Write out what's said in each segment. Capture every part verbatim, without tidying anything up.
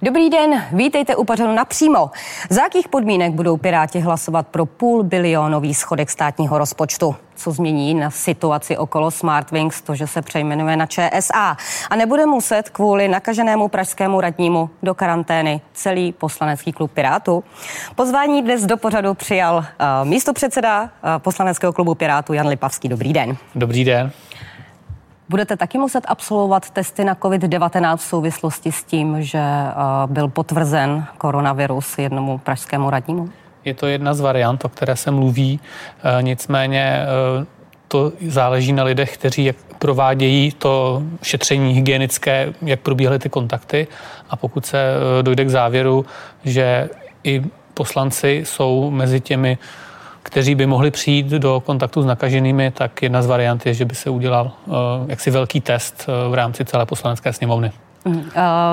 Dobrý den, vítejte u pořadu Napřímo. Za jakých podmínek budou Piráti hlasovat pro půl bilionový schodek státního rozpočtu? Co změní na situaci okolo Smartwings, to, že se přejmenuje na Č S A a nebude muset kvůli nakaženému pražskému radnímu do karantény celý poslanecký klub Pirátů? Pozvání dnes do pořadu přijal uh, místopředseda uh, poslaneckého klubu Pirátů Jan Lipavský. Dobrý den. Dobrý den. Budete taky muset absolvovat testy na covid devatenáct v souvislosti s tím, že uh, byl potvrzen koronavirus jednomu pražskému radnímu? Je to jedna z variant, o které se mluví, e, nicméně e, to záleží na lidech, kteří jak provádějí to šetření hygienické, jak probíhaly ty kontakty, a pokud se e, dojde k závěru, že i poslanci jsou mezi těmi, kteří by mohli přijít do kontaktu s nakaženými, tak jedna z variant je, že by se udělal e, jaksi velký test e, v rámci celé poslanecké sněmovny. Uh,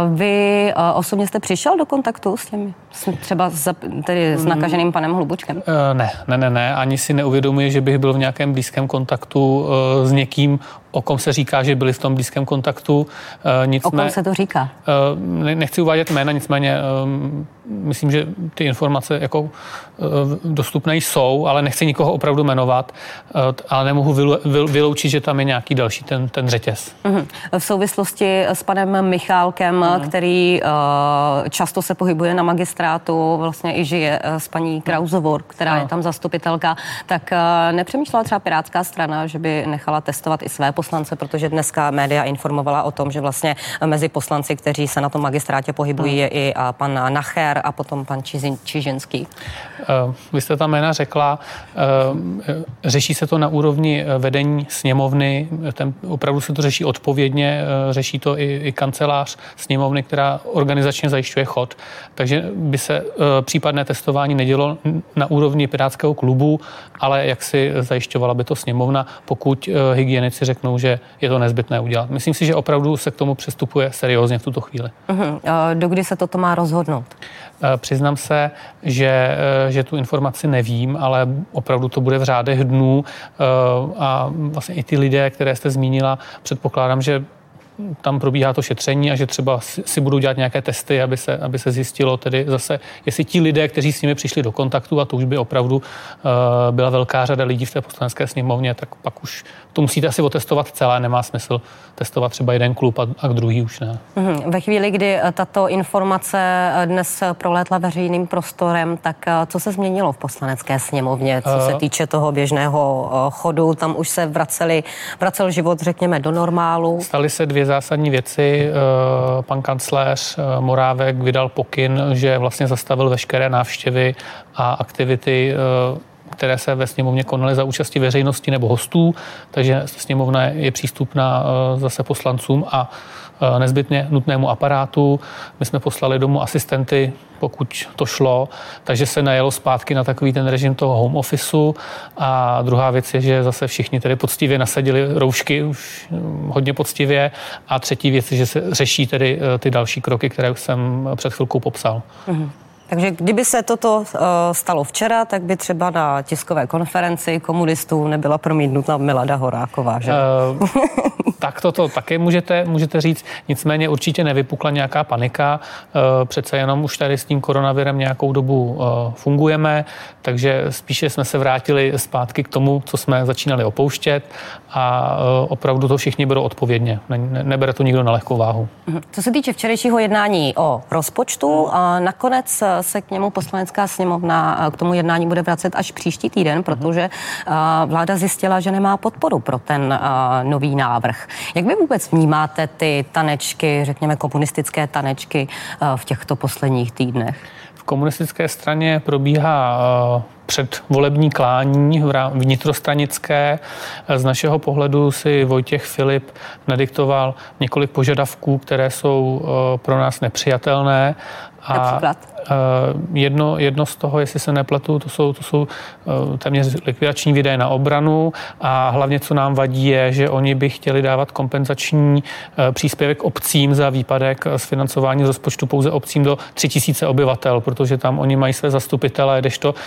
vy uh, osobně jste přišel do kontaktu s těmi, třeba s, tedy s nakaženým panem Hlubučkem? Uh, ne, ne, ne, ne, ani si neuvědomuji, že bych byl v nějakém blízkém kontaktu uh, s někým, o kom se říká, že byli v tom blízkém kontaktu. Uh, nicmé, o kom se to říká? Uh, nechci uvádět jména, nicméně um, myslím, že ty informace jako uh, dostupné jsou, ale nechci nikoho opravdu jmenovat, uh, ale nemohu vylu, vyl, vyloučit, že tam je nějaký další ten, ten řetěz. Uh-huh. V souvislosti s panem Michálkem, uh-huh. který uh, často se pohybuje na magistrátu, vlastně i žije uh, s paní Krausovou, která uh-huh. je tam zastupitelka, tak uh, nepřemýšlela třeba Pirátská strana, že by nechala testovat i své poslance, protože dneska média informovala o tom, že vlastně mezi poslanci, kteří se na tom magistrátě pohybují, uh-huh. je i uh, pan Nacher a potom pan Čižinský. Uh, vy jste ta jména řekla, uh, řeší se to na úrovni vedení sněmovny, ten, opravdu se to řeší odpovědně, uh, řeší to i, i kancelář sněmovny, která organizačně zajišťuje chod. Takže by se uh, případné testování nedělo na úrovni pirátského klubu, ale jak si zajišťovala by to sněmovna, pokud uh, hygienici řeknou, že je to nezbytné udělat. Myslím si, že opravdu se k tomu přistupuje seriózně v tuto chvíli. Uh-huh. Uh, dokdy se toto má rozhodnout? Přiznám se, že, že tu informaci nevím, ale opravdu to bude v řádech dnů a vlastně i ty lidé, které jste zmínila, předpokládám, že tam probíhá to šetření a že třeba si budou dělat nějaké testy, aby se, aby se zjistilo tedy zase, jestli ti lidé, kteří s nimi přišli do kontaktu, a to už by opravdu uh, byla velká řada lidí v té poslanecké sněmovně, tak pak už to musíte asi otestovat celé, nemá smysl testovat třeba jeden klub a, a druhý už ne. Mm-hmm. Ve chvíli, kdy tato informace dnes prolétla veřejným prostorem, tak co se změnilo v poslanecké sněmovně, co se týče toho běžného chodu? Tam už se vraceli, vracel život, řekněme, do normálu. Staly se dvě zásadní věci. Pan kancléř Morávek vydal pokyn, že vlastně zastavil veškeré návštěvy a aktivity, které se ve sněmovně konaly za účasti veřejnosti nebo hostů, takže sněmovna je přístupná zase poslancům a nezbytně nutnému aparátu. My jsme poslali domů asistenty, pokud to šlo, takže se najelo zpátky na takový ten režim toho home officeu. A druhá věc je, že zase všichni tedy poctivě nasadili roušky, už hodně poctivě. A třetí věc je, že se řeší tedy ty další kroky, které jsem před chvilkou popsal. Mm-hmm. Takže kdyby se toto uh, stalo včera, tak by třeba na tiskové konferenci komunistů nebyla promítnuta Milada Horáková, že? Uh, tak toto také můžete, můžete říct. Nicméně určitě nevypukla nějaká panika. Uh, přece jenom už tady s tím koronavirem nějakou dobu uh, fungujeme, takže spíše jsme se vrátili zpátky k tomu, co jsme začínali opouštět, a uh, opravdu to všichni berou odpovědně. Ne, ne, nebere to nikdo na lehkou váhu. Co se týče včerejšího jednání o rozpočtu, a nakonec se k němu poslanecká sněmovna k tomu jednání bude vracet až příští týden, protože vláda zjistila, že nemá podporu pro ten nový návrh. Jak vy vůbec vnímáte ty tanečky, řekněme komunistické tanečky v těchto posledních týdnech? V komunistické straně probíhá předvolební klání vnitrostranické. Z našeho pohledu si Vojtěch Filip nadiktoval několik požadavků, které jsou pro nás nepřijatelné. A jedno, jedno z toho, jestli se nepletu, to jsou, to jsou téměř likvidační výdaje na obranu, a hlavně, co nám vadí, je, že oni by chtěli dávat kompenzační příspěvek obcím za výpadek z financování z rozpočtu pouze obcím do tři tisíce obyvatel, protože tam oni mají své zastupitele, kdežto v těch větších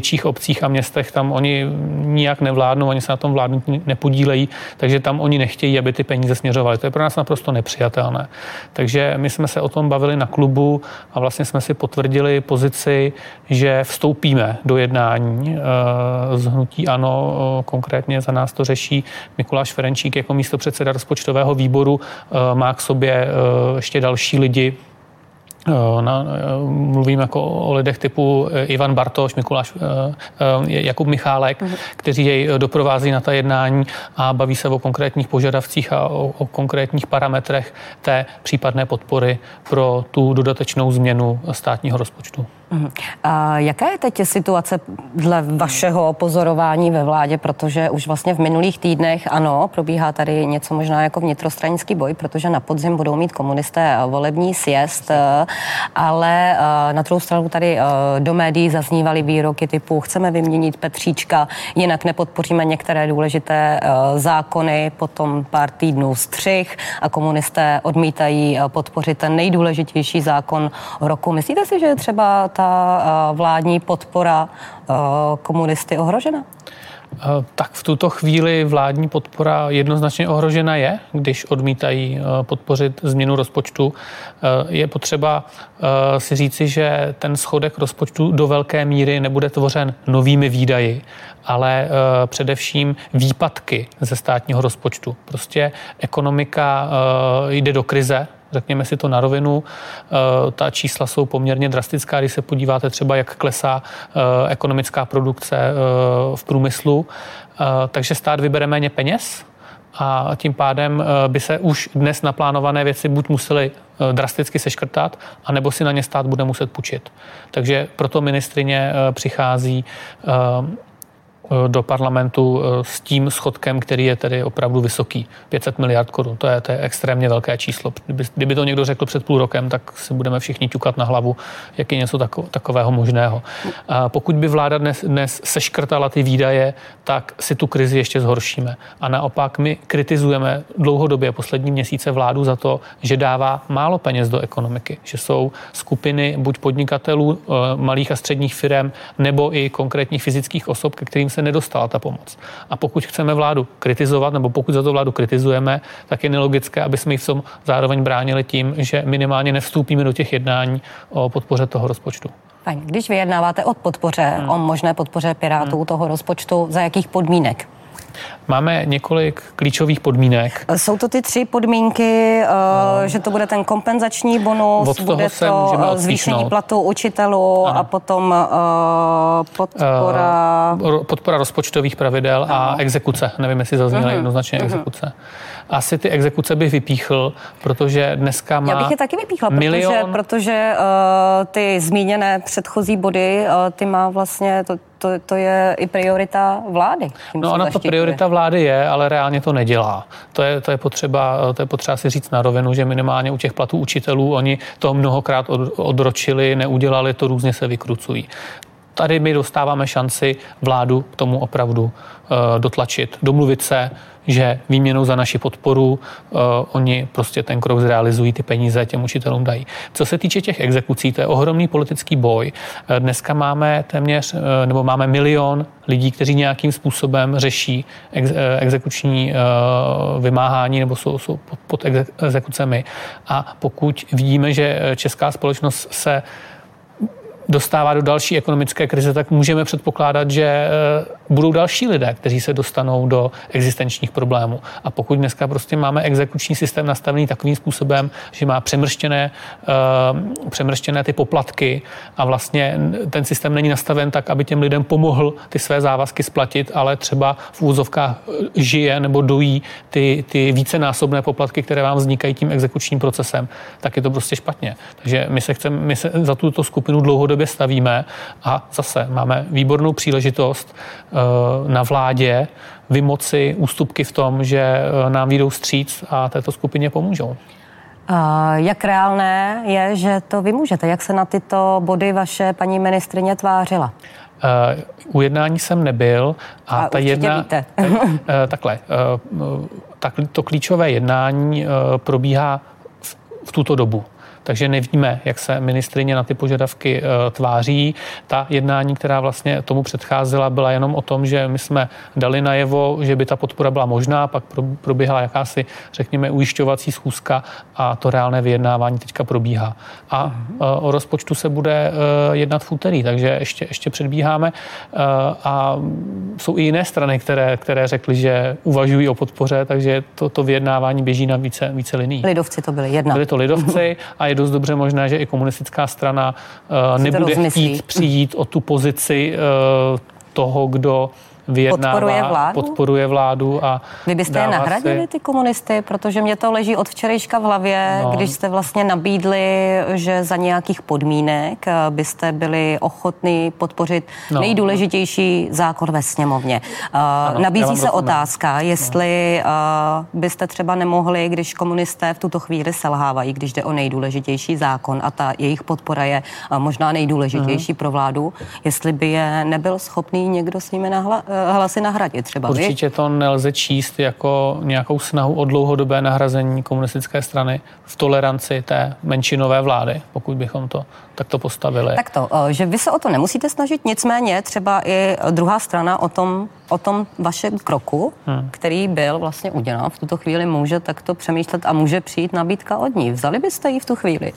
větších obcích a městech, tam oni nijak nevládnou, oni se na tom vládnout nepodílejí, takže tam oni nechtějí, aby ty peníze směřovaly. To je pro nás naprosto nepřijatelné. Takže my jsme se o tom bavili na klubu a vlastně jsme si potvrdili pozici, že vstoupíme do jednání z hnutí ANO, konkrétně za nás to řeší Mikuláš Ferenčík jako místopředseda rozpočtového výboru, má k sobě ještě další lidi. Na, mluvím jako o lidech typu Ivan Bartoš, Mikuláš, Jakub Michálek, uh-huh. kteří jej doprovází na ta jednání a baví se o konkrétních požadavcích a o, o konkrétních parametrech té případné podpory pro tu dodatečnou změnu státního rozpočtu. Uh-huh. A jaká je teď situace dle vašeho pozorování ve vládě, protože už vlastně v minulých týdnech, ano, probíhá tady něco možná jako vnitrostranický boj, protože na podzim budou mít komunisté volební sjezd, ale na druhou stranu tady do médií zaznívaly výroky typu chceme vyměnit Petříčka, jinak nepodpoříme některé důležité zákony, potom pár týdnů střih a komunisté odmítají podpořit ten nejdůležitější zákon roku. Myslíte si, že je třeba ta vládní podpora komunisty ohrožena? Tak v tuto chvíli vládní podpora jednoznačně ohrožena je, když odmítají podpořit změnu rozpočtu. Je potřeba si říci, že ten schodek rozpočtu do velké míry nebude tvořen novými výdaji, ale především výpadky ze státního rozpočtu. Prostě ekonomika jde do krize, řekněme si to na rovinu. Ta čísla jsou poměrně drastická, když se podíváte třeba, jak klesá ekonomická produkce v průmyslu. Takže stát vybere méně peněz a tím pádem by se už dnes naplánované věci buď musely drasticky seškrtat, anebo si na ně stát bude muset půjčit. Takže proto ministryně přichází do parlamentu s tím schodkem, který je tedy opravdu vysoký. pět set miliard korun, to je, to je extrémně velké číslo. Kdyby, kdyby to někdo řekl před půl rokem, tak si budeme všichni ťukat na hlavu, jak je něco tako, takového možného. A pokud by vláda dnes, dnes seškrtala ty výdaje, tak si tu krizi ještě zhoršíme. A naopak my kritizujeme dlouhodobě poslední měsíce vládu za to, že dává málo peněz do ekonomiky, že jsou skupiny buď podnikatelů, malých a středních firem, nebo i konkrétních fyzických osob, ke kterým se nedostala ta pomoc. A pokud chceme vládu kritizovat, nebo pokud za to vládu kritizujeme, tak je nelogické, aby jsme ji v tom zároveň bránili tím, že minimálně nevstoupíme do těch jednání o podpoře toho rozpočtu. Fajn. Když vyjednáváte o podpoře, hmm. o možné podpoře Pirátů hmm. toho rozpočtu, za jakých podmínek? Máme několik klíčových podmínek. Jsou to ty tři podmínky, no. že to bude ten kompenzační bonus, bude to zvýšení platu učitelů ano. a potom uh, podpora... Uh, podpora rozpočtových pravidel ano. a exekuce. Nevím, jestli zazněly uh-huh. jednoznačně uh-huh. exekuce. Asi ty exekuce bych vypíchl, protože dneska má... Já bych je taky vypíchla, milion... protože, protože uh, ty zmíněné předchozí body, uh, ty má vlastně... To, To, to je i priorita vlády. No ona to priorita vlády je, ale reálně to nedělá. To je, to je potřeba, to je potřeba si říct na rovinu, že minimálně u těch platů učitelů oni to mnohokrát od, odročili, neudělali to, různě se vykrucují. Tady my dostáváme šanci vládu k tomu opravdu uh, dotlačit, domluvit se, že výměnou za naši podporu uh, oni prostě ten krok zrealizují, ty peníze těm učitelům dají. Co se týče těch exekucí, to je ohromný politický boj. Dneska máme téměř, uh, nebo máme milion lidí, kteří nějakým způsobem řeší ex, uh, exekuční uh, vymáhání nebo jsou, jsou pod, pod exekucemi. A pokud vidíme, že česká společnost se dostává do další ekonomické krize, tak můžeme předpokládat, že budou další lidé, kteří se dostanou do existenčních problémů. A pokud dneska prostě máme exekuční systém nastavený takovým způsobem, že má přemrštěné, uh, přemrštěné ty poplatky a vlastně ten systém není nastaven tak, aby těm lidem pomohl ty své závazky splatit, ale třeba v úvozovkách žije nebo dojí ty, ty vícenásobné poplatky, které vám vznikají tím exekučním procesem, tak je to prostě špatně. Takže my se chceme, my se za tuto skupinu dlouhodobě stavíme a zase máme výbornou příležitost na vládě vymoci ústupky v tom, že nám vyjdou vstříc a této skupině pomůžou. A jak reálné je, že to vymůžete? Jak se na tyto body vaše paní ministryně tvářila? Uh, u jednání jsem nebyl a, a ta jedna víte. tak, uh, takhle uh, tak to klíčové jednání uh, probíhá v, v tuto dobu. takže nevíme, jak se ministryně na ty požadavky tváří. Ta jednání, která vlastně tomu předcházela, byla jenom o tom, že my jsme dali najevo, že by ta podpora byla možná, pak proběhla jakási, řekněme, ujišťovací schůzka a to reálné vyjednávání teďka probíhá. A mm. o rozpočtu se bude jednat v úterý, takže ještě, ještě předbíháme. A jsou i jiné strany, které, které řekly, že uvažují o podpoře, takže to, to vyjednávání běží na více, více linií. Lidovci to byli jedna. Byli to lidovci a je dost dobře možné, že i komunistická strana uh, nebude chtít přijít o tu pozici uh, toho, kdo vyjednává, podporuje vládu? podporuje vládu a vy byste je nahradili, si... ty komunisty, protože mě to leží od včerejška v hlavě, no. když jste vlastně nabídli, že za nějakých podmínek byste byli ochotní podpořit no. nejdůležitější zákon ve sněmovně. Ano, Nabízí se rozumím. otázka, jestli no. byste třeba nemohli, když komunisté v tuto chvíli selhávají, když jde o nejdůležitější zákon a ta jejich podpora je možná nejdůležitější mm. pro vládu, jestli by je nebyl schopný někdo s nimi nahla, hlasy nahradit třeba. Určitě vy? To nelze číst jako nějakou snahu o dlouhodobé nahrazení komunistické strany v toleranci té menšinové vlády, pokud bychom to takto postavili. Tak to, že vy se o to nemusíte snažit, nicméně třeba i druhá strana o tom, o tom vašem kroku, hmm. který byl vlastně udělán v tuto chvíli, může takto přemýšlet a může přijít nabídka od ní. Vzali byste ji v tu chvíli?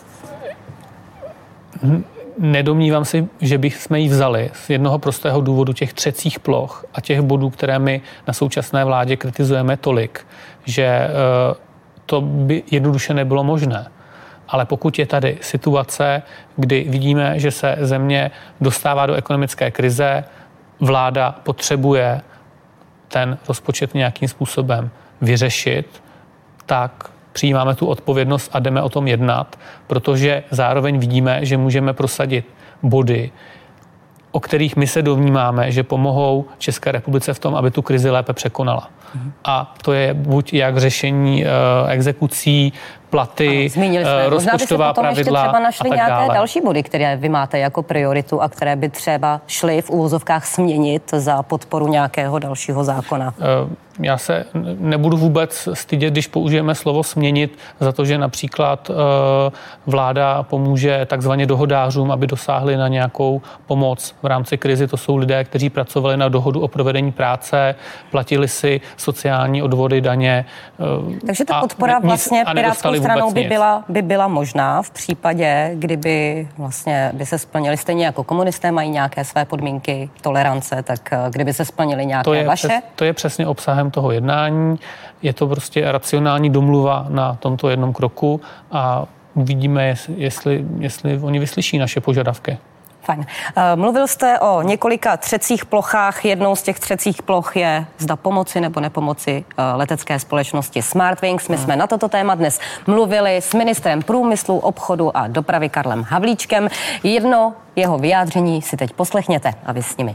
Hmm. Nedomnívám si, že bychom ji vzali z jednoho prostého důvodu těch třecích ploch a těch bodů, které my na současné vládě kritizujeme tolik, že to by jednoduše nebylo možné. Ale pokud je tady situace, kdy vidíme, že se země dostává do ekonomické krize, vláda potřebuje ten rozpočet nějakým způsobem vyřešit, tak přijímáme tu odpovědnost a jdeme o tom jednat, protože zároveň vidíme, že můžeme prosadit body, o kterých my se domníváme, že pomohou České republice v tom, aby tu krizi lépe překonala. Mhm. A to je buď jak řešení uh, exekucí, platy, ano, rozpočtová pravidla a tak dále. Možná byste potom ještě třeba našli nějaké dále. další body, které vy máte jako prioritu a které by třeba šly v uvozovkách směnit za podporu nějakého dalšího zákona. Já se nebudu vůbec stydět, když použijeme slovo směnit za to, že například vláda pomůže takzvaně dohodářům, aby dosáhli na nějakou pomoc v rámci krizi. To jsou lidé, kteří pracovali na dohodu o provedení práce, platili si sociální odvody, daně. Takže ta podpora vlastně pirátskou stranou by byla, by byla možná v případě, kdyby vlastně by se splnili, stejně jako komunisté mají nějaké své podmínky tolerance, tak kdyby se splnili nějaké to je vaše? Přes, to je přesně obsahem toho jednání. Je to prostě racionální domluva na tomto jednom kroku a uvidíme, jestli, jestli oni vyslyší naše požadavky. Fajn. Mluvil jste o několika třecích plochách. Jednou z těch třecích ploch je zda pomoci nebo nepomoci letecké společnosti Smartwings. My jsme na toto téma dnes mluvili s ministrem průmyslu, obchodu a dopravy Karlem Havlíčkem. Jedno jeho vyjádření si teď poslechněte a vy s nimi.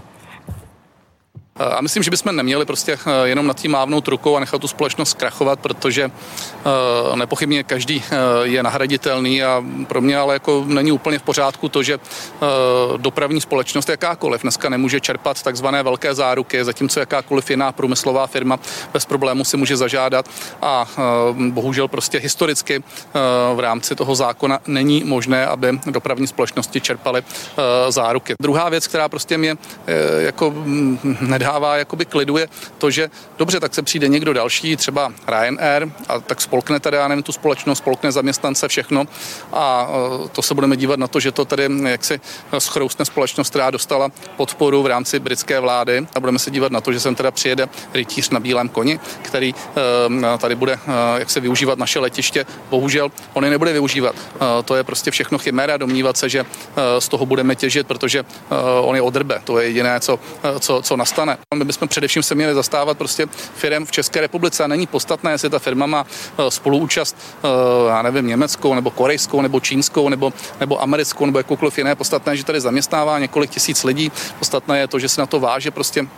A myslím, že bychom neměli prostě jenom nad tím mávnout rukou a nechat tu společnost zkrachovat, protože nepochybně každý je nahraditelný a pro mě ale jako není úplně v pořádku to, že dopravní společnost jakákoliv dneska nemůže čerpat takzvané velké záruky, zatímco jakákoliv jiná průmyslová firma bez problému si může zažádat a bohužel prostě historicky v rámci toho zákona není možné, aby dopravní společnosti čerpaly záruky. Druhá věc, která prostě mě jako nedá dává jakoby klidu, je to, že dobře, tak se přijde někdo další, třeba Ryanair, a tak spolkne tady, já nevím, tu společnost, spolkne zaměstnance, všechno a to se budeme dívat na to, že to tady jaksi schroustne společnost, která dostala podporu v rámci britské vlády a budeme se dívat na to, že sem teda přijede rytíř na bílém koni, který tady bude jak se využívat naše letiště. Bohužel on je nebude využívat. To je prostě všechno chiméra, domnívat se, že z toho budeme těžit, protože on je odrbe. To je jediné, co, co, co nastane. My bychom především se měli zastávat prostě firem v České republice a není podstatné, jestli ta firma má spoluúčast, já nevím, německou, nebo korejskou, nebo čínskou, nebo, nebo americkou, nebo jakoukoliv jiné. Podstatné, že tady zaměstnává několik tisíc lidí. Podstatné je to, že se na to váže prostě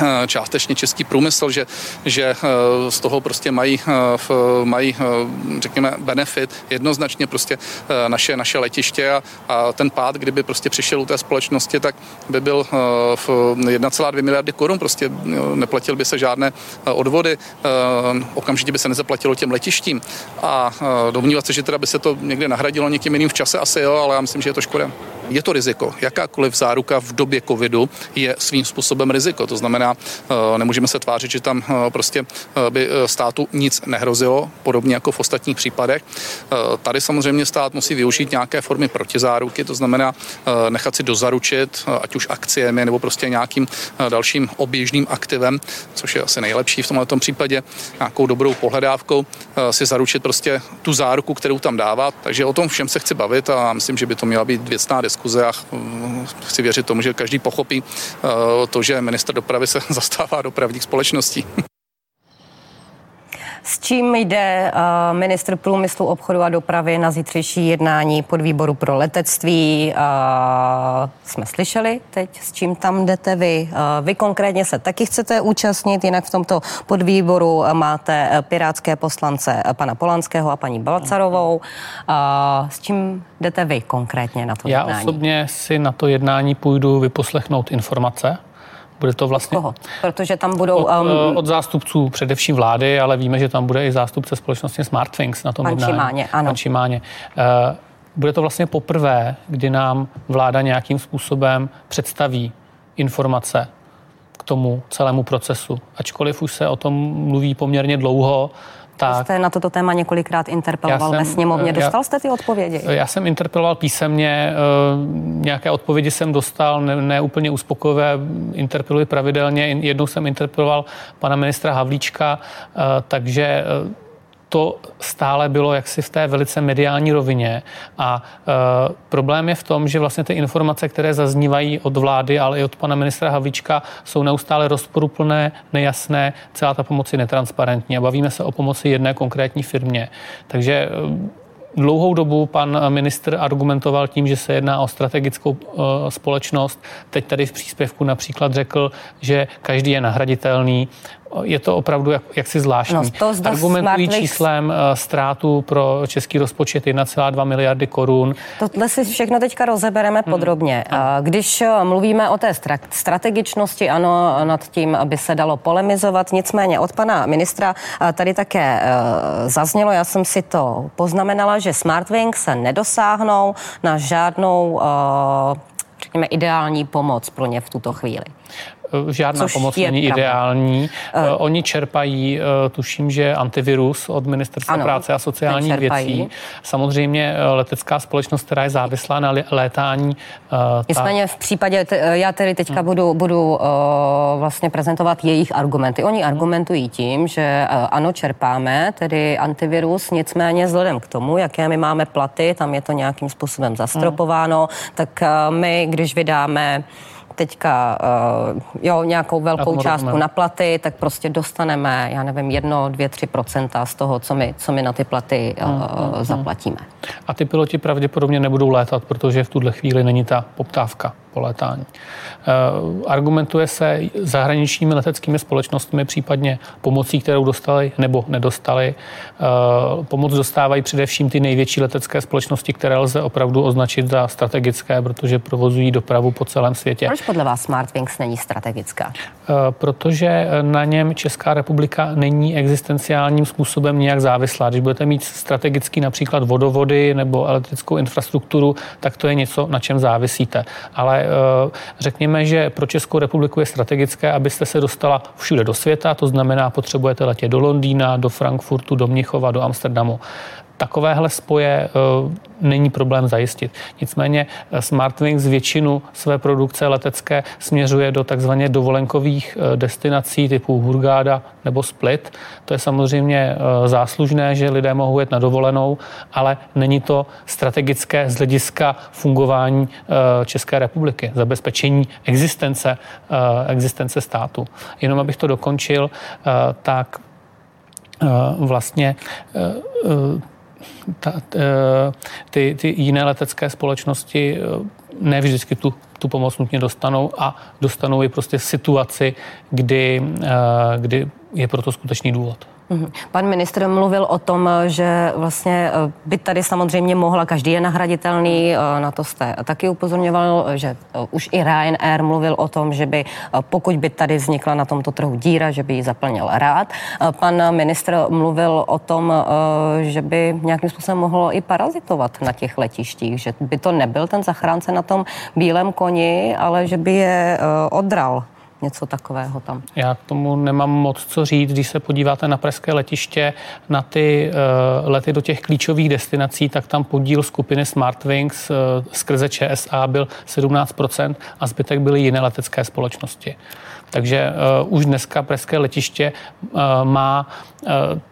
částečně český průmysl, že, že z toho prostě mají, mají, řekněme, benefit jednoznačně prostě naše, naše letiště a, a ten pád, kdyby prostě přišel u té společnosti, tak by byl v jedna celá dvě miliardy korun, prostě neplatil by se žádné odvody, okamžitě by se nezaplatilo těm letištím a domnívat se, že teda by se to někde nahradilo někým jiným v čase, asi jo, ale já myslím, že je to škoda. Je to riziko. Jakákoliv záruka v době covidu je svým způsobem riziko. To znamená, nemůžeme se tvářit, že tam prostě by státu nic nehrozilo, podobně jako v ostatních případech. Tady samozřejmě stát musí využít nějaké formy protizáruky, to znamená nechat si dozaručit, ať už akciemi nebo prostě nějakým dalším oběžným aktivem, což je asi nejlepší v tomto případě, nějakou dobrou pohledávkou si zaručit prostě tu záruku, kterou tam dává. Takže o tom všem se chci bavit a myslím, že by to měla být věcná diskuze a chci věřit tomu, že každý pochopí to, že ministr dopravy se zastává dopravních společností. S čím jde uh, ministr průmyslu, obchodu a dopravy na zítřejší jednání podvýboru pro letectví? Uh, jsme slyšeli teď, s čím tam jdete vy. Uh, vy konkrétně se taky chcete účastnit, jinak v tomto podvýboru máte pirátské poslance pana Polanského a paní Balcarovou. Uh, s čím jdete vy konkrétně na to Já jednání? Já osobně si na to jednání půjdu vyposlechnout informace. Bude to vlastně od koho? Protože tam budou... Od, um, od zástupců především vlády, ale víme, že tam bude i zástupce společnosti Smartwings na tom pan jednání. Šimáně, ano. Pan Šimáně. Uh, bude to vlastně poprvé, kdy nám vláda nějakým způsobem představí informace k tomu celému procesu. Ačkoliv už se o tom mluví poměrně dlouho, tak. Jste na toto téma několikrát interpeloval jsem, ve sněmovně. Dostal já, jste ty odpovědi? Já jsem interpeloval písemně, nějaké odpovědi jsem dostal, ne, ne úplně uspokojivé, interpeluji pravidelně. Jednou jsem interpeloval pana ministra Havlíčka, takže to stále bylo jaksi v té velice mediální rovině a e, problém je v tom, že vlastně ty informace, které zaznívají od vlády, ale i od pana ministra Havlíčka, jsou neustále rozporuplné, nejasné, celá ta pomoc je netransparentní a bavíme se o pomoci jedné konkrétní firmě. Takže e, dlouhou dobu pan ministr argumentoval tím, že se jedná o strategickou e, společnost. Teď tady v příspěvku například řekl, že každý je nahraditelný. Je to opravdu jak, jaksi zvláštní. No, argumentují číslem uh, ztrátu pro český rozpočet jedna celá dva miliardy korun. Tohle si všechno teďka rozebereme hmm. podrobně. Uh, když mluvíme o té strategičnosti, ano, nad tím, aby se dalo polemizovat, nicméně od pana ministra uh, tady také uh, zaznělo, já jsem si to poznamenala, že Smartwings se nedosáhnou na žádnou, uh, řekněme, ideální pomoc pro ně v tuto chvíli. Žádná Což pomoc není pravda. Ideální. Uh, Oni čerpají, uh, tuším, že antivirus od Ministerstva ano, práce a sociálních věcí. Samozřejmě letecká společnost, která je závislá na létání. Uh, Nicméně ta... v případě, t- já tedy teďka hmm. budu, budu uh, vlastně prezentovat jejich argumenty. Oni argumentují tím, že uh, ano, čerpáme tedy antivirus, nicméně vzhledem k tomu, jaké my máme platy, tam je to nějakým způsobem zastropováno, hmm. tak uh, my, když vydáme teďka uh, jo, nějakou velkou částku na platy, tak prostě dostaneme, já nevím, jedno, dvě, tři procenta z toho, co my, co my na ty platy uh, hmm, hmm, zaplatíme. A ty piloti pravděpodobně nebudou létat, protože v tuhle chvíli není ta poptávka po létání. Uh, argumentuje se zahraničními leteckými společnostmi, případně pomocí, kterou dostali nebo nedostali. Uh, pomoc dostávají především ty největší letecké společnosti, které lze opravdu označit za strategické, protože provozují dopravu po celém světě. Proč podle vás Smartwings není strategická? Uh, protože na něm Česká republika není existenciálním způsobem nijak závislá. Když budete mít strategický například vodovody nebo elektrickou infrastrukturu, tak to je něco, na čem závisíte. Ale řekněme, že pro Českou republiku je strategické, abyste se dostala všude do světa, to znamená, potřebujete letět do Londýna, do Frankfurtu, do Mnichova, do Amsterdamu. Takovéhle spoje uh, není problém zajistit. Nicméně Smartwings většinu své produkce letecké směřuje do takzvaně dovolenkových uh, destinací typu Hurghada nebo Split. To je samozřejmě uh, záslužné, že lidé mohou jet na dovolenou, ale není to strategické z hlediska fungování uh, České republiky, zabezpečení existence, uh, existence státu. Jenom abych to dokončil, uh, tak uh, vlastně uh, Ta, ty, ty jiné letecké společnosti ne vždycky tu, tu pomoc nutně dostanou a dostanou ji prostě v situaci, kdy, kdy je proto skutečný důvod. Pan ministr mluvil o tom, že vlastně by tady samozřejmě mohla, každý je nahraditelný, na to jste taky upozorňoval, že už i Ryanair mluvil o tom, že by, pokud by tady vznikla na tomto trhu díra, že by ji zaplnil rád. Pan ministr mluvil o tom, že by nějakým způsobem mohlo i parazitovat na těch letištích, že by to nebyl ten zachránce na tom bílém koni, ale že by je odral. Něco takového tam. Já k tomu nemám moc co říct. Když se podíváte na pražské letiště, na ty uh, lety do těch klíčových destinací, tak tam podíl skupiny Smartwings uh, skrze ČSA byl sedmnáct procent a zbytek byly jiné letecké společnosti. Takže uh, už dneska pražské letiště uh, má uh,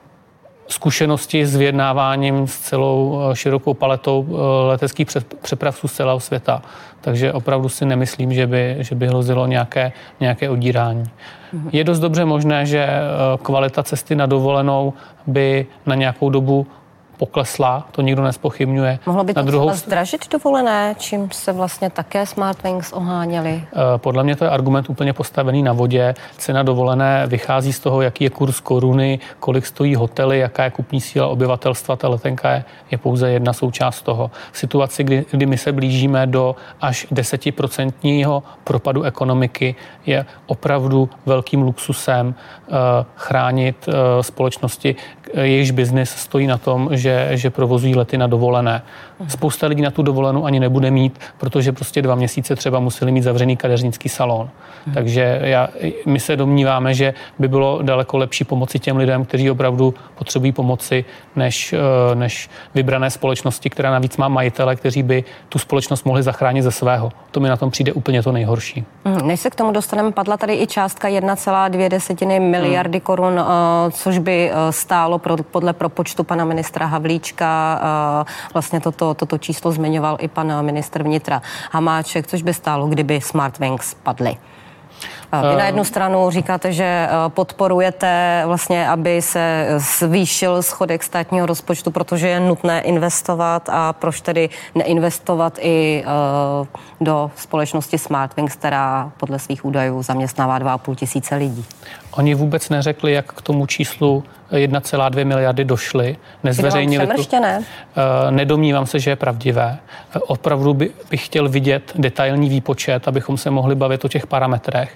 zkušenosti s vyjednáváním s celou širokou paletou leteckých přepravců z celého světa. Takže opravdu si nemyslím, že by, že by hrozilo nějaké, nějaké odírání. Mm-hmm. Je dost dobře možné, že kvalita cesty na dovolenou by na nějakou dobu poklesla, to nikdo nespochybňuje. Mohlo by to na druhou... zdražit dovolené, čím se vlastně také Smartwings oháněli? Podle mě to je argument úplně postavený na vodě. Cena dovolené vychází z toho, jaký je kurz koruny, kolik stojí hotely, jaká je kupní síla obyvatelstva. Ta letenka je, je pouze jedna součást toho. V situaci, kdy, kdy my se blížíme do až desetiprocentního propadu ekonomiky, je opravdu velkým luxusem uh, chránit uh, společnosti, jejichž biznis stojí na tom, že, že provozují lety na dovolené. Spousta lidí na tu dovolenou ani nebude mít, protože prostě dva měsíce třeba museli mít zavřený kadeřnický salon. Hmm. Takže já, my se domníváme, že by bylo daleko lepší pomoci těm lidem, kteří opravdu potřebují pomoci, než, než vybrané společnosti, která navíc má majitele, kteří by tu společnost mohli zachránit ze svého. To mi na tom přijde úplně to nejhorší. Hmm. Než se k tomu dostaneme, padla tady i částka jedna celá dvě miliardy hmm. korun, což by stálo pro, podle propočtu pana ministra Havlíčka. Vlastně toto, toto číslo zmiňoval i pan ministr vnitra Hamáček, což by stálo, kdyby Smartwings padly. Vy na jednu stranu říkáte, že podporujete vlastně, aby se zvýšil schodek státního rozpočtu, protože je nutné investovat, a proč tedy neinvestovat i do společnosti Smartwings, která podle svých údajů zaměstnává dva a půl tisíce lidí. Oni vůbec neřekli, jak k tomu číslu jedna celá dvě miliardy došly. Nezveřejnili tu. Nedomnívám se, že je pravdivé. Opravdu by, bych chtěl vidět detailní výpočet, abychom se mohli bavit o těch parametrech.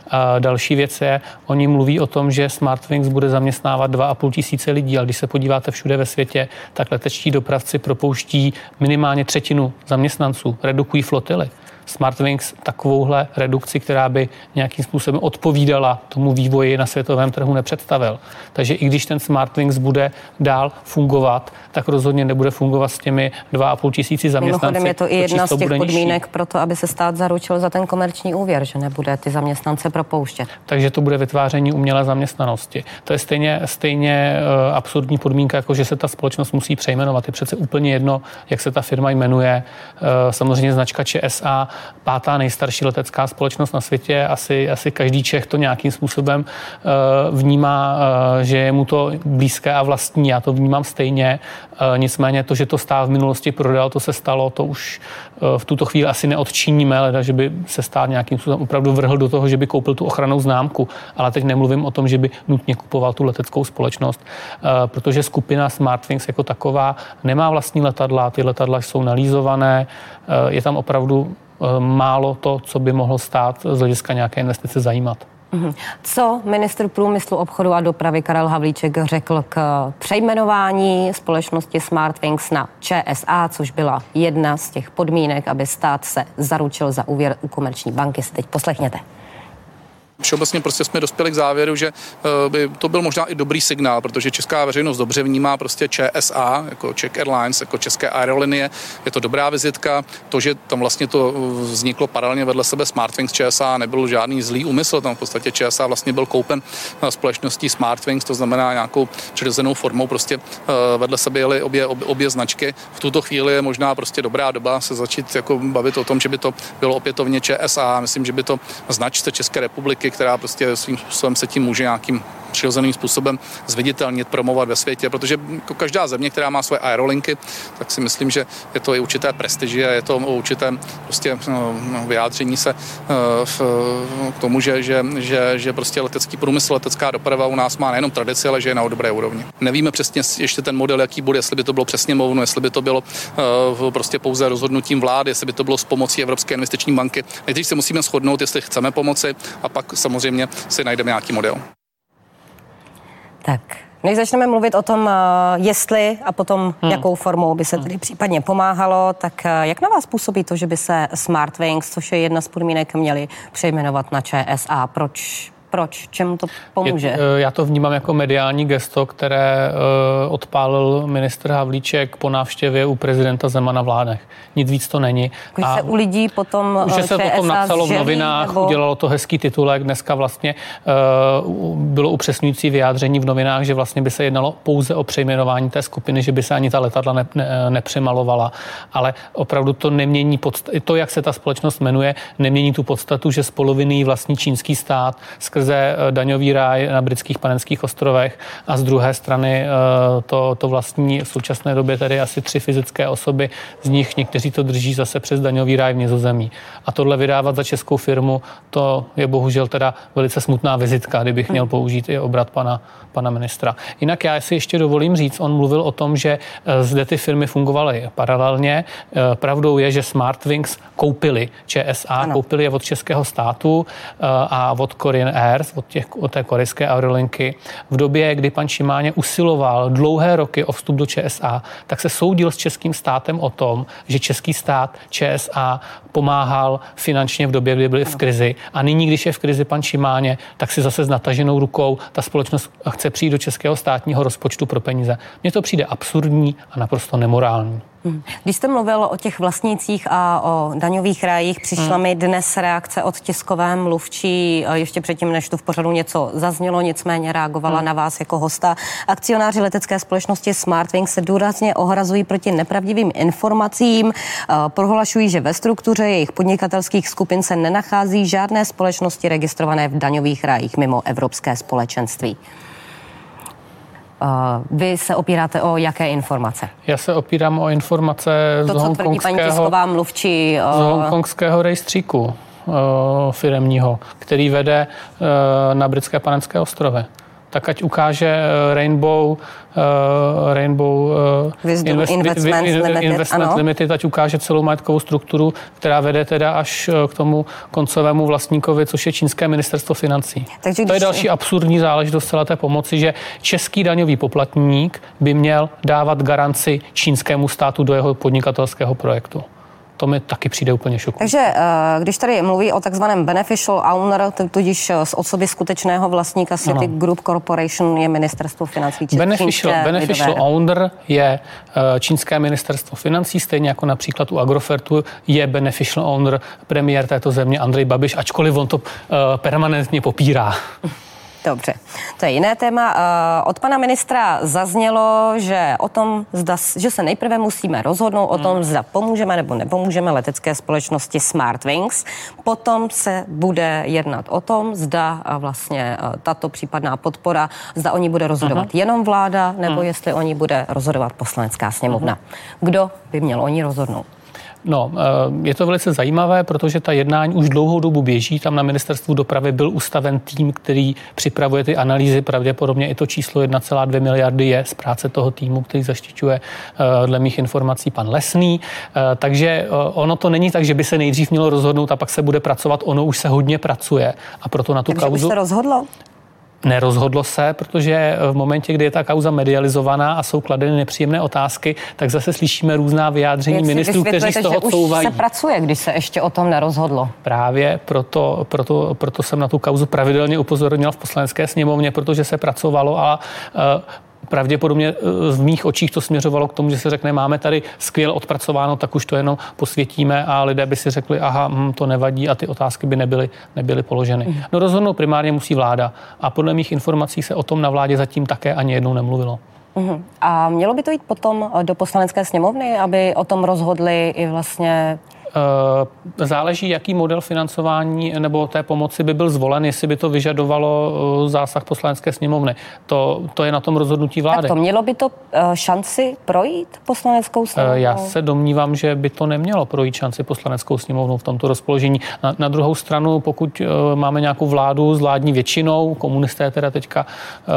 Další věc je, oni mluví o tom, že Smartwings bude zaměstnávat dva a půl tisíce lidí, ale když se podíváte všude ve světě, tak letečtí dopravci propouští minimálně třetinu zaměstnanců, redukují flotily. Smartwings takovouhle redukci, která by nějakým způsobem odpovídala tomu vývoji na světovém trhu, nepředstavil. Takže i když ten Smartwings bude dál fungovat, tak rozhodně nebude fungovat s těmi dva a půl tisíci zaměstnanci. Mimochodem je to i jedna z těch podmínek pro to, aby se stát zaručil za ten komerční úvěr, že nebude ty zaměstnance propouštět. Takže to bude vytváření umělé zaměstnanosti. To je stejně, stejně uh, absurdní podmínka, jako že se ta společnost musí přejmenovat. Je přece úplně jedno, jak se ta firma jmenuje. Uh, samozřejmě značka ČSA, pátá nejstarší letecká společnost na světě. Asi, asi každý Čech to nějakým způsobem uh, vnímá, uh, že je mu to blízké a vlastní. Já to vnímám stejně. Uh, nicméně to, že to stát v minulosti prodal, to se stalo, to už uh, v tuto chvíli asi neodčiníme, ale že by se stát nějakým způsobem opravdu vrhl do toho, že by koupil tu ochrannou známku. Ale teď nemluvím o tom, že by nutně kupoval tu leteckou společnost, uh, protože skupina Smartwings jako taková nemá vlastní letadla, ty letadla jsou nalízované, uh, je tam opravdu málo to, co by mohlo stát z hlediska nějaké investice zajímat. Co ministr průmyslu, obchodu a dopravy Karel Havlíček řekl k přejmenování společnosti Smartwings na ČSA, což byla jedna z těch podmínek, aby stát se zaručil za úvěr u komerční banky? Si teď poslechněte. Všeobecně prostě jsme dospěli k závěru, že by to byl možná i dobrý signál, protože česká veřejnost dobře vnímá prostě ČSA, jako Czech Airlines, jako české aerolinie. Je to dobrá vizitka. To, že tam vlastně to vzniklo paralelně vedle sebe Smartwings ČSA, nebyl žádný zlý úmysl. Tam v podstatě ČSA vlastně byl koupen společností Smartwings, to znamená nějakou přirozenou formou. Prostě vedle sebe jeli obě, obě, obě značky. V tuto chvíli je možná prostě dobrá doba se začít jako bavit o tom, že by to bylo opětovně ČSA. Myslím, že by to značce České republiky, která prostě svým způsobem se tím může nějakým přirozeným způsobem zviditelnit, promovat ve světě, protože jako každá země, která má své aerolinky, tak si myslím, že je to i určité prestiži a je to určité prostě no, vyjádření se v, k tomu, že, že, že, že prostě letecký průmysl, letecká doprava u nás má nejenom tradici, ale že je na dobré úrovni. Nevíme přesně ještě ten model, jaký bude, jestli by to bylo přesně sněmovnu, jestli by to bylo uh, prostě pouze rozhodnutím vlády, jestli by to bylo s pomocí Evropské investiční banky. Nejdřív se musíme shodnout, jestli chceme pomoci, a pak samozřejmě si najdeme nějaký model. Tak, než začneme mluvit o tom, jestli a potom hmm. jakou formou by se tedy případně pomáhalo, tak jak na vás působí to, že by se Smartwings, což je jedna z podmínek, měli přejmenovat na ČSA? Proč? Proč? Čemu to pomůže? Je, já to vnímám jako mediální gesto, které uh, odpálil ministr Havlíček po návštěvě u prezidenta Zemana v Lánech. Nic víc to není. Když se u lidí potom Že se ČSA potom napsalo v novinách, nebo... udělalo to hezký titulek. Dneska vlastně uh, bylo upřesňující vyjádření v novinách, že vlastně by se jednalo pouze o přejmenování té skupiny, že by se ani ta letadla ne, ne, nepřemalovala. Ale opravdu to nemění podstatu. To, jak se ta společnost jmenuje, nemění tu podstatu, že z poloviny vlastní čínský stát skrze daňový ráj na britských Panenských ostrovech a z druhé strany to, to vlastní v současné době tedy asi tři fyzické osoby, z nich někteří to drží zase přes daňový ráj v Nizozemí. A tohle vydávat za českou firmu, to je bohužel teda velice smutná vizitka, kdybych měl použít i obrat pana, pana ministra. Jinak já si ještě dovolím říct, on mluvil o tom, že zde ty firmy fungovaly paralelně. Pravdou je, že Smartwings koupili ČSA, ano. koupili je od českého státu a od Korean Air, od, těch, od té korejské aerolinky. V době, kdy pan Šimáně usiloval dlouhé roky o vstup do ČSA, tak se soudil s českým státem o tom, že český stát ČSA pomáhal finančně v době, kdy byli v krizi. A nyní, když je v krizi pan Šimáně, tak si zase s nataženou rukou ta společnost chce přijít do českého státního rozpočtu pro peníze. Mně to přijde absurdní a naprosto nemorální. Když jste mluvil o těch vlastnících a o daňových rájích, přišla hmm. mi dnes reakce od tiskové mluvčí, ještě předtím, než tu v pořadu něco zaznělo, nicméně reagovala hmm. na vás jako hosta. Akcionáři letecké společnosti Smartwings se důrazně ohrazují proti nepravdivým informacím, prohlašují, že ve struktuře jejich podnikatelských skupin se nenachází žádné společnosti registrované v daňových rájích mimo Evropské společenství. Vy se opíráte o jaké informace? Já se opírám o informace to, z hongkongského, mluvčí, z hongkongského rejstříku firemního, který vede na britské Panenské ostrovy. Tak ať ukáže Rainbow, uh, Rainbow uh, Invest, Investment, Investment Limited, Limited, ať ukáže celou majetkovou strukturu, která vede teda až k tomu koncovému vlastníkovi, což je čínské ministerstvo financí. Takže když... To je další absurdní záležitost celé té pomoci, že český daňový poplatník by měl dávat garanci čínskému státu do jeho podnikatelského projektu. To mi taky přijde úplně šokující. Takže když tady mluví o takzvaném beneficial owner, tudíž z osoby skutečného vlastníka City Group Corporation je ministerstvo financí. Beneficial, beneficial owner je čínské ministerstvo financí, stejně jako například u Agrofertu je beneficial owner premiér této země Andrej Babiš, ačkoliv on to permanentně popírá. Dobře, to je jiné téma. Od pana ministra zaznělo, že o tom, zda, že se nejprve musíme rozhodnout o tom, zda pomůžeme nebo nepomůžeme letecké společnosti Smartwings. Potom se bude jednat o tom, zda vlastně tato případná podpora, zda o ní bude rozhodovat uh-huh. jenom vláda, nebo uh-huh. jestli o ní bude rozhodovat Poslanecká sněmovna. Uh-huh. Kdo by měl o ní rozhodnout? No, je to velice zajímavé, protože ta jednání už dlouhou dobu běží. Tam na ministerstvu dopravy byl ustaven tým, který připravuje ty analýzy. Pravděpodobně i to číslo jedna celá dvě miliardy je z práce toho týmu, který zaštiťuje dle mých informací pan Lesný. Takže ono to není tak, že by se nejdřív mělo rozhodnout a pak se bude pracovat. Ono už se hodně pracuje. A proto na tu Takže kauzu... už se rozhodlo? Nerozhodlo se, protože v momentě, kdy je ta kauza medializovaná a jsou kladeny nepříjemné otázky, tak zase slyšíme různá vyjádření Jak ministrů, kteří z toho couvají. Už se pracuje, když se ještě o tom nerozhodlo. Právě proto, proto, proto jsem na tu kauzu pravidelně upozornil v Poslanecké sněmovně, protože se pracovalo a uh, pravděpodobně v mých očích to směřovalo k tomu, že se řekne, máme tady skvěle odpracováno, tak už to jenom posvětíme a lidé by si řekli, aha, hm, to nevadí a ty otázky by nebyly, nebyly položeny. Mm. No rozhodnout primárně musí vláda a podle mých informací se o tom na vládě zatím také ani jednou nemluvilo. Mm. A mělo by to jít potom do Poslanecké sněmovny, aby o tom rozhodli i vlastně Záleží, jaký model financování nebo té pomoci by byl zvolen, jestli by to vyžadovalo zásah Poslanecké sněmovny. To, to je na tom rozhodnutí vlády. Tak to mělo by to šanci projít Poslaneckou sněmovnou? Já se domnívám, že by to nemělo projít šanci Poslaneckou sněmovnou v tomto rozpoložení. Na, na druhou stranu, pokud máme nějakou vládu s vládní většinou, komunisté teda teďka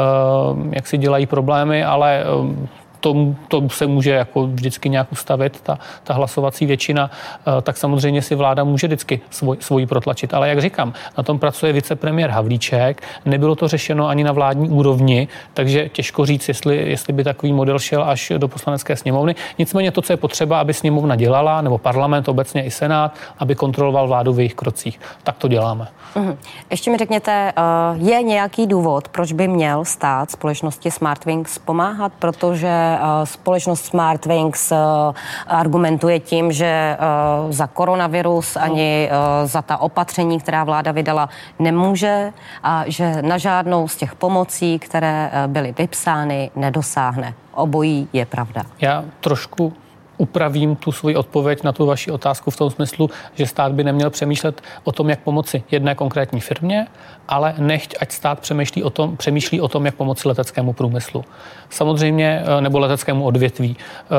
jak si dělají problémy, ale To, to se může jako vždycky nějak ustavit, ta, ta hlasovací většina, tak samozřejmě si vláda může vždycky svoj, svoji protlačit. Ale jak říkám, na tom pracuje vicepremiér Havlíček, nebylo to řešeno ani na vládní úrovni, takže těžko říct, jestli, jestli by takový model šel až do Poslanecké sněmovny. Nicméně to, co je potřeba, aby sněmovna dělala, nebo parlament, obecně i senát, aby kontroloval vládu v jejich krocích. Tak to děláme. Mhm. Ještě mi řekněte, je nějaký důvod, proč by měl stát společnosti Smartwings pomáhat, protože společnost Smartwings argumentuje tím, že za koronavirus ani za ta opatření, která vláda vydala, nemůže a že na žádnou z těch pomocí, které byly vypsány, nedosáhne. Obojí je pravda. Já trošku upravím tu svoji odpověď na tu vaši otázku v tom smyslu, že stát by neměl přemýšlet o tom, jak pomoci jedné konkrétní firmě, ale nechť, ať stát přemýšlí o tom, přemýšlí o tom, jak pomoci leteckému průmyslu. Samozřejmě, nebo leteckému odvětví.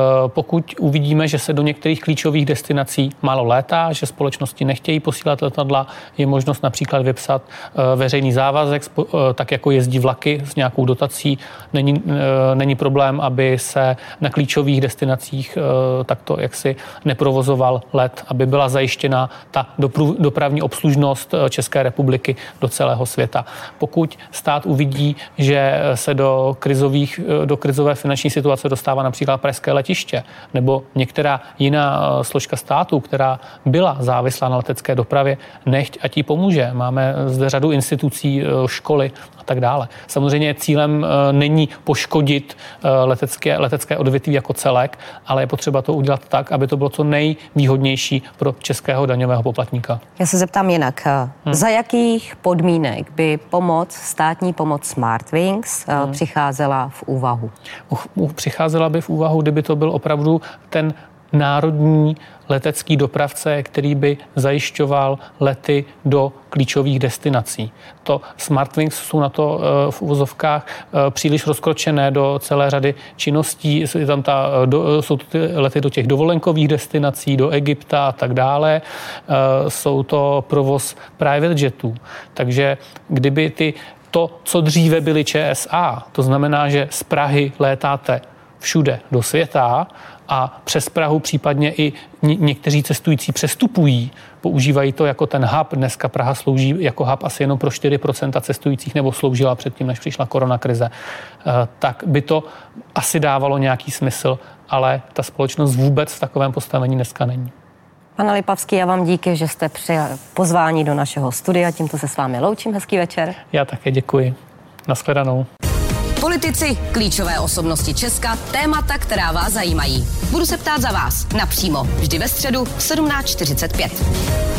Pokud uvidíme, že se do některých klíčových destinací málo létá, že společnosti nechtějí posílat letadla, je možnost například vypsat veřejný závazek, tak jako jezdí vlaky s nějakou dotací. Není, není problém, aby se na klíčových destinacích takto jaksi neprovozoval let, aby byla zajištěna ta dopravní obslužnost České republiky do celého světa. Pokud stát uvidí, že se do krizových, do krizové finanční situace dostává například pražské letiště nebo některá jiná složka státu, která byla závislá na letecké dopravě, nechť ať jí pomůže. Máme zde řadu institucí, školy a tak dále. Samozřejmě cílem není poškodit letecké, letecké odvětví jako celek, ale je potřeba to udělat tak, aby to bylo co nejvýhodnější pro českého daňového poplatníka. Já se zeptám jinak. Hmm. Za jakých podmínek by pomoc, státní pomoc Smartwings hmm. přicházela v úvahu? Uh, přicházela by v úvahu, kdyby to byl opravdu ten národní letecký dopravce, který by zajišťoval lety do klíčových destinací. To Smartwings jsou na to v uvozovkách příliš rozkročené do celé řady činností. Jsou tam ta, do, jsou to ty lety do těch dovolenkových destinací, do Egypta a tak dále. Jsou to provoz private jetů. Takže kdyby ty, to, co dříve byly Č S A, to znamená, že z Prahy létáte všude do světa a přes Prahu případně i někteří cestující přestupují, používají to jako ten hub. Dneska Praha slouží jako hub asi jenom pro čtyři procenta cestujících, nebo sloužila předtím, než přišla koronakrize. Tak by to asi dávalo nějaký smysl, ale ta společnost vůbec v takovém postavení dneska není. Pane Lipavský, já vám díky, že jste přijal pozvání do našeho studia. Tímto se s vámi loučím. Hezký večer. Já také děkuji. Nashledanou. Politici, klíčové osobnosti Česka, témata, která vás zajímají. Budu se ptát za vás napřímo, vždy ve středu v sedmnáct čtyřicet pět.